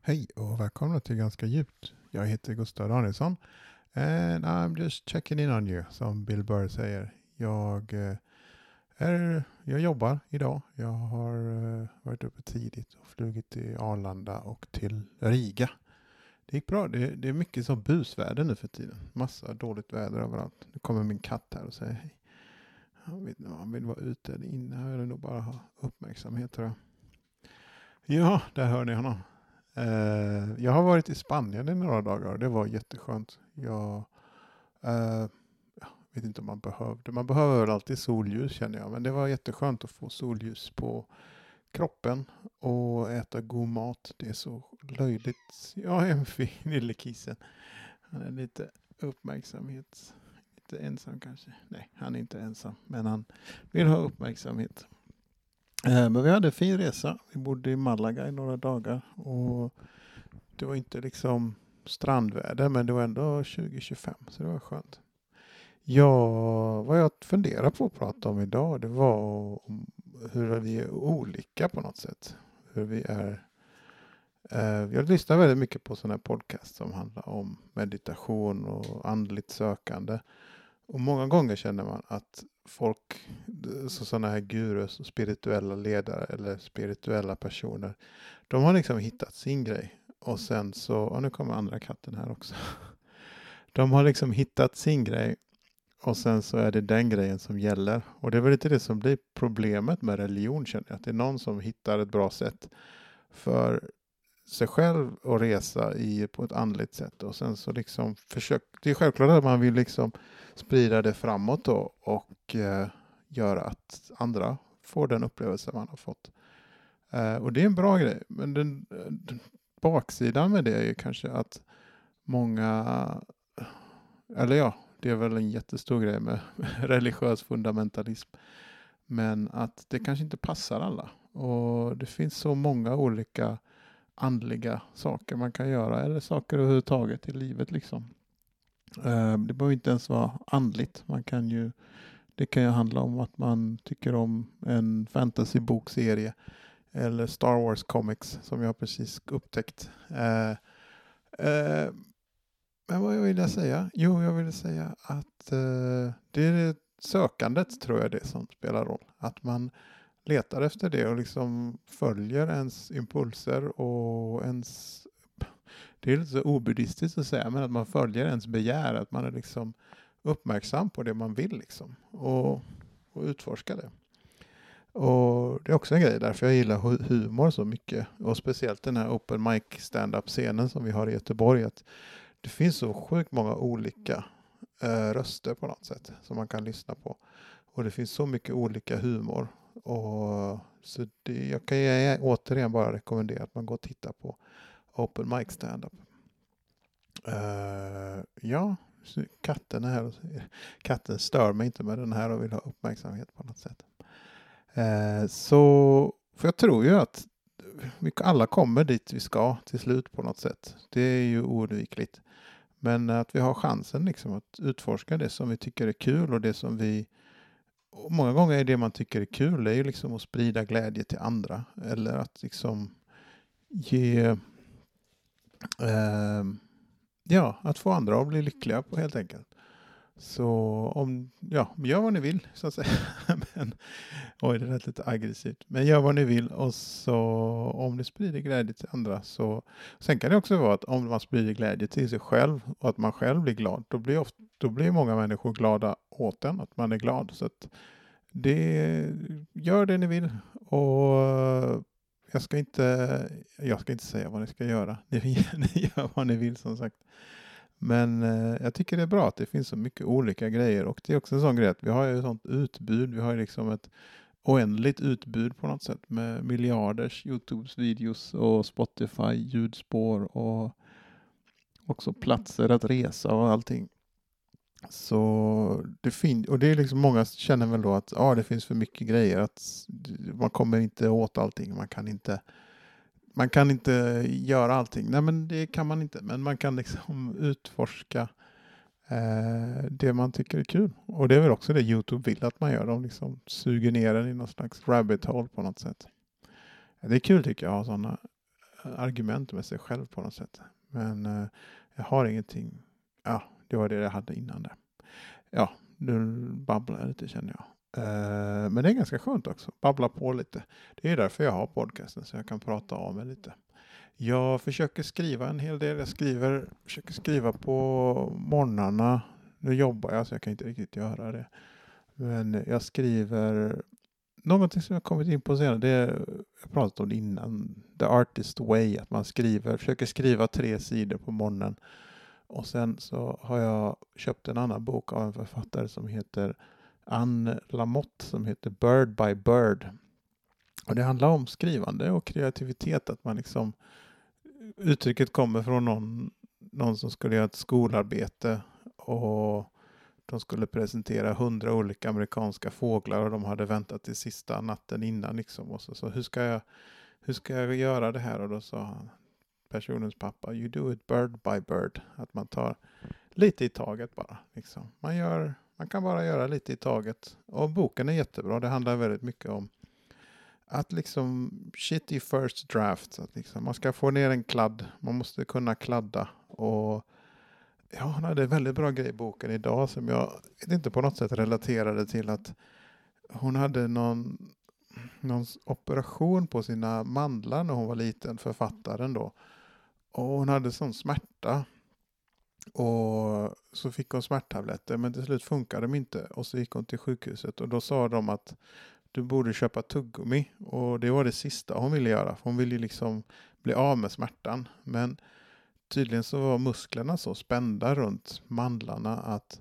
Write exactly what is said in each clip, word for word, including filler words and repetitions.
Hej och välkomna till Ganska djupt. Jag heter Gustav Danielsson and I'm just checking in on you, som Bill Burr säger. Jag, eh, är, jag jobbar idag. Jag har eh, varit uppe tidigt och flugit till Arlanda och till Riga. Det gick bra. Det, det är mycket så busväder nu för tiden. Massa dåligt väder överallt. Nu kommer min katt här och säger hej. Han vill, han vill vara ute eller inne. Han vill nog bara ha uppmärksamhet, tror jag. Ja, där hör ni honom. Uh, jag har varit i Spanien i några dagar och det var jätteskönt. Jag uh, vet inte om man behövde. Man behöver väl alltid solljus, känner jag. Men det var jätteskönt att få solljus på kroppen och äta god mat. Det är så löjligt. Jag är en fin lille kissen. Han är lite uppmärksamhet. Lite ensam kanske. Nej, han är inte ensam. Men han vill ha uppmärksamhet. Men vi hade en fin resa. Vi bodde i Malaga i några dagar. Och det var inte liksom strandväder, men det var ändå tjugo tjugofem. Så det var skönt. Ja, vad jag funderar på att prata om idag, det var om hur vi är olika på något sätt. Hur vi är... Eh, jag lyssnar väldigt mycket på sådana här podcast som handlar om meditation och andligt sökande. Och många gånger känner man att folk, så sådana här gurus och spirituella ledare eller spirituella personer, de har liksom hittat sin grej. Och sen så, och nu kommer andra katten här också. De har liksom hittat sin grej och sen så är det den grejen som gäller. Och det är väl inte det som blir problemet med religion, känner jag. Att det är någon som hittar ett bra sätt för sig själv att resa i på ett andligt sätt. Och sen så liksom försök, det är självklart att man vill liksom sprida det framåt då och eh, göra att andra får den upplevelse man har fått. Eh, och det är en bra grej. Men den, den baksidan med det är ju kanske att många, eller ja, det är väl en jättestor grej med religiös fundamentalism. Men att det kanske inte passar alla. Och det finns så många olika andliga saker man kan göra, eller saker överhuvudtaget i livet liksom. Uh, det behöver inte ens vara andligt. Man kan ju, det kan ju handla om att man tycker om en fantasybokserie eller Star Wars comics som jag precis upptäckt. Uh, uh, men vad vill jag säga? Jo, jag vill säga att uh, det är sökandet, tror jag, det som spelar roll. Att man letar efter det och liksom följer ens impulser och ens, det är lite så obuddhistiskt att säga, men att man följer ens begär, att man är liksom uppmärksam på det man vill liksom och, och utforska det. Och det är också en grej därför jag gillar humor så mycket, och speciellt den här open mic stand-up scenen som vi har i Göteborg, att det finns så sjukt många olika äh, röster på något sätt som man kan lyssna på, och det finns så mycket olika humor. Och så det, jag kan ju återigen bara rekommendera att man går och tittar på open mic stand-up. Uh, ja, katten är här. Katten stör mig inte med den här och vill ha uppmärksamhet på något sätt. Uh, så, för jag tror ju att vi alla kommer dit vi ska till slut på något sätt. Det är ju oundvikligt. Men att vi har chansen liksom att utforska det som vi tycker är kul och det som vi, och många gånger är det man tycker är kul, det är ju liksom att sprida glädje till andra. Eller att liksom ge, eh, ja, att få andra att bli lyckliga på, helt enkelt. Så om, ja, gör vad ni vill så att säga. Men, oj, det är lite aggressivt. Men gör vad ni vill, och så om ni sprider glädje till andra så, sen kan det också vara att om man sprider glädje till sig själv och att man själv blir glad, då blir ofta, då blir många människor glada åt en, att man är glad. Så att det, gör det ni vill, och jag ska inte, jag ska inte säga vad ni ska göra. Ni, ni gör vad ni vill, som sagt. Men eh, jag tycker det är bra att det finns så mycket olika grejer, och det är också en sån grej att vi har ju ett sånt utbud, vi har ju liksom ett oändligt utbud på något sätt med miljarders YouTubes videos och Spotify ljudspår och också platser att resa och allting. Så det finns, och det är liksom, många känner väl då att ja, det finns för mycket grejer, att man kommer inte åt allting, man kan inte Man kan inte göra allting. Nej, men det kan man inte. Men man kan liksom utforska eh, det man tycker är kul. Och det är väl också det YouTube vill att man gör. De liksom suger ner den i någon slags rabbit hole på något sätt. Det är kul, tycker jag, att ha sådana argument med sig själv på något sätt. Men eh, jag har ingenting. Ja, det var det jag hade innan det. Ja, nu babblar jag lite känner jag. Uh, men det är ganska skönt också. Babbla på lite. Det är därför jag har podcasten så jag kan prata av mig lite. Jag försöker skriva en hel del. Jag skriver, försöker skriva på morgnarna. Nu jobbar jag så jag kan inte riktigt göra det. Men jag skriver någonting som jag kommit in på senare. Det är, jag pratat om det innan. The Artist Way. Att man skriver, försöker skriva tre sidor på morgonen. Och sen så har jag köpt en annan bok av en författare som heter Anne Lamotte som heter Bird by Bird. Och det handlar om skrivande och kreativitet. Att man liksom, uttrycket kommer från någon, någon som skulle göra ett skolarbete och de skulle presentera hundra olika amerikanska fåglar och de hade väntat till sista natten innan liksom. Och så, så hur ska jag, hur ska jag göra det här? Och då sa han, personens pappa, you do it bird by bird. Att man tar lite i taget bara. Liksom. Man, gör, man kan bara göra lite i taget. Och boken är jättebra. Det handlar väldigt mycket om att liksom shitty first draft. Att liksom, man ska få ner en kladd. Man måste kunna kladda. Och ja, han hade en väldigt bra grej i boken idag som jag inte på något sätt relaterade till att hon hade någon, någon operation på sina mandlar när hon var liten, författaren då. Och hon hade sån smärta. Och så fick hon smärttabletter men till slut funkade de inte. Och så gick hon till sjukhuset och då sa de att du borde köpa tuggummi. Och det var det sista hon ville göra. För hon ville liksom bli av med smärtan. Men tydligen så var musklerna så spända runt mandlarna att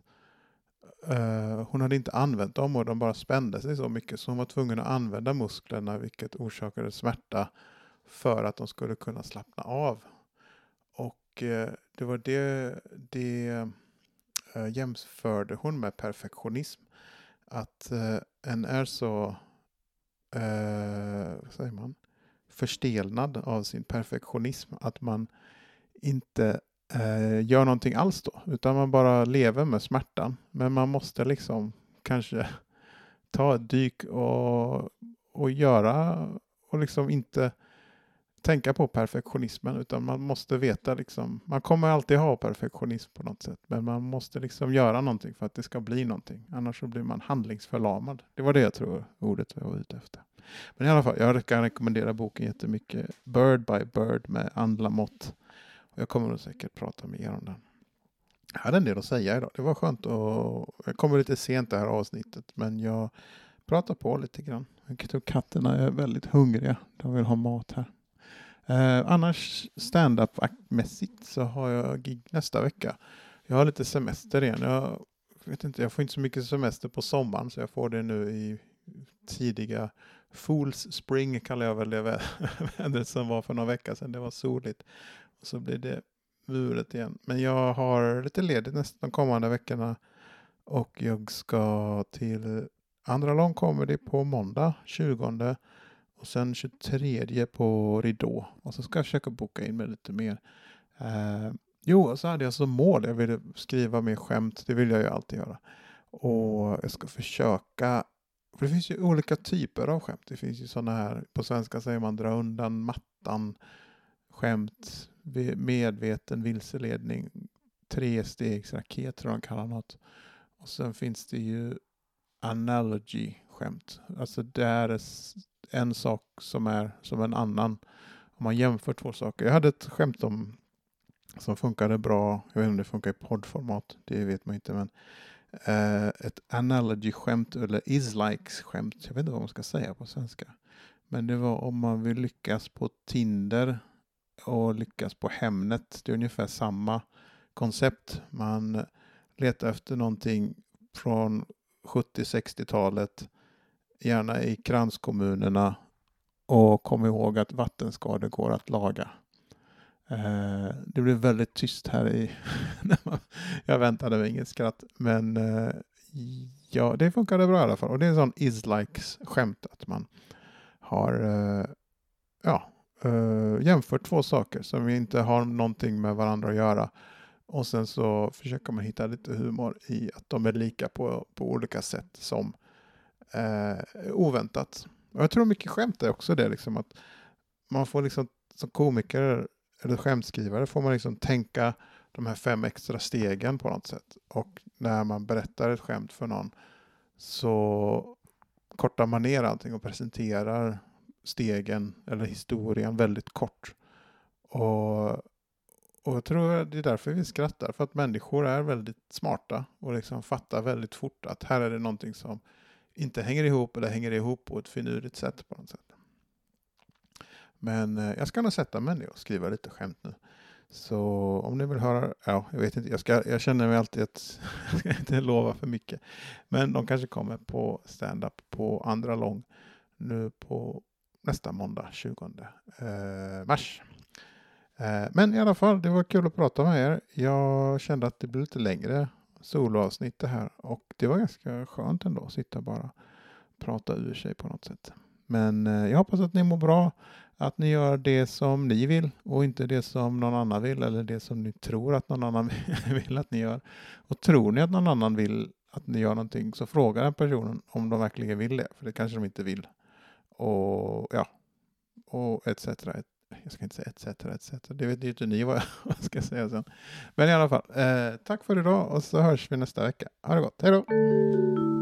uh, hon hade inte använt dem och de bara spände sig så mycket. Så hon var tvungen att använda musklerna vilket orsakade smärta för att de skulle kunna slappna av. Och uh, det var det, det uh, jämförde hon med perfektionism. Att uh, en är så uh, vad säger man? Förstelnad av sin perfektionism att man inte eh, gör någonting alls då. Utan man bara lever med smärtan. Men man måste liksom kanske ta ett dyk och, och göra och liksom inte tänka på perfektionismen. Utan man måste veta liksom, man kommer alltid ha perfektionism på något sätt. Men man måste liksom göra någonting för att det ska bli någonting. Annars så blir man handlingsförlamad. Det var det jag tror ordet jag var ute efter. Men i alla fall, jag kan rekommendera boken jättemycket. Bird by Bird med Anne Lamotte. Jag kommer nog säkert prata mer om den. Jag hade en del att säga idag. Det var skönt och jag kommer lite sent det här avsnittet. Men jag pratar på lite grann. Jag tror katterna är väldigt hungriga. De vill ha mat här. Eh, annars stand-up-mässigt så har jag gig nästa vecka. Jag har lite semester igen. Jag vet inte, jag får inte så mycket semester på sommaren. Så jag får det nu i tidiga Fools Spring kallar jag väl det vädret som var för några veckor sedan. Det var soligt. Och så blir det muret igen. Men jag har lite ledigt nästan de kommande veckorna. Och jag ska till andra långkomedy på måndag tjugonde. Och sen tjugotredje på Ridå. Och så ska jag försöka boka in mig lite mer. Eh, jo, och så hade jag som mål. Jag ville skriva mer skämt. Det vill jag ju alltid göra. Och jag ska försöka. För det finns ju olika typer av skämt. Det finns ju sådana här. På svenska säger man dra undan mattan. Skämt. Medveten vilseledning. Trestegsraket tror jag de kallar något. Och sen finns det ju analogy skämt. Alltså det är en sak som är som en annan. Om man jämför två saker. Jag hade ett skämt om som funkade bra. Jag vet inte om det funkar i poddformat. Det vet man inte. Men uh, ett analogy-skämt eller is-likes-skämt. Jag vet inte vad man ska säga på svenska. Men det var om man vill lyckas på Tinder och lyckas på Hemnet. Det är ungefär samma koncept. Man letar efter någonting från sjuttio-sextiotalet. Gärna i kranskommunerna. Och kom ihåg att vattenskador går att laga. Eh, det blev väldigt tyst här i... jag väntade mig inget skratt. Men eh, ja, det funkade bra i alla fall. Och det är en sån is-likes-skämt att man har eh, ja, eh, jämfört två saker som inte har någonting med varandra att göra. Och sen så försöker man hitta lite humor i att de är lika på, på olika sätt som eh, oväntat. Och jag tror mycket skämt är också det liksom att man får liksom som komiker eller skämtskrivare får man liksom tänka de här fem extra stegen på något sätt. Och när man berättar ett skämt för någon så kortar man ner allting och presenterar stegen eller historien väldigt kort. Och, och jag tror det är därför vi skrattar. För att människor är väldigt smarta och liksom fattar väldigt fort att här är det någonting som inte hänger ihop eller hänger ihop på ett finurligt sätt på något sätt. Men eh, jag ska nog sätta mig ner och skriva lite skämt nu. Så om ni vill höra, ja, jag vet inte, jag, ska, jag känner mig alltid att jag ska inte lova för mycket. Men de kanske kommer på stand-up på andra lång nu på nästa måndag, tjugonde mars. Eh, men i alla fall, det var kul att prata med er. Jag kände att det blev lite längre soloavsnitt det här. Och det var ganska skönt ändå att sitta bara och prata ur sig på något sätt. Men eh, jag hoppas att ni mår bra. Att ni gör det som ni vill och inte det som någon annan vill. Eller det som ni tror att någon annan vill att ni gör. Och tror ni att någon annan vill att ni gör någonting så fråga den personen om de verkligen vill det. För det kanske de inte vill. Och ja, och et cetera. Jag ska inte säga et cetera et cetera. Det vet ju inte ni vad jag ska säga sen. Men i alla fall, eh, tack för idag och så hörs vi nästa vecka. Ha det gott, hej då!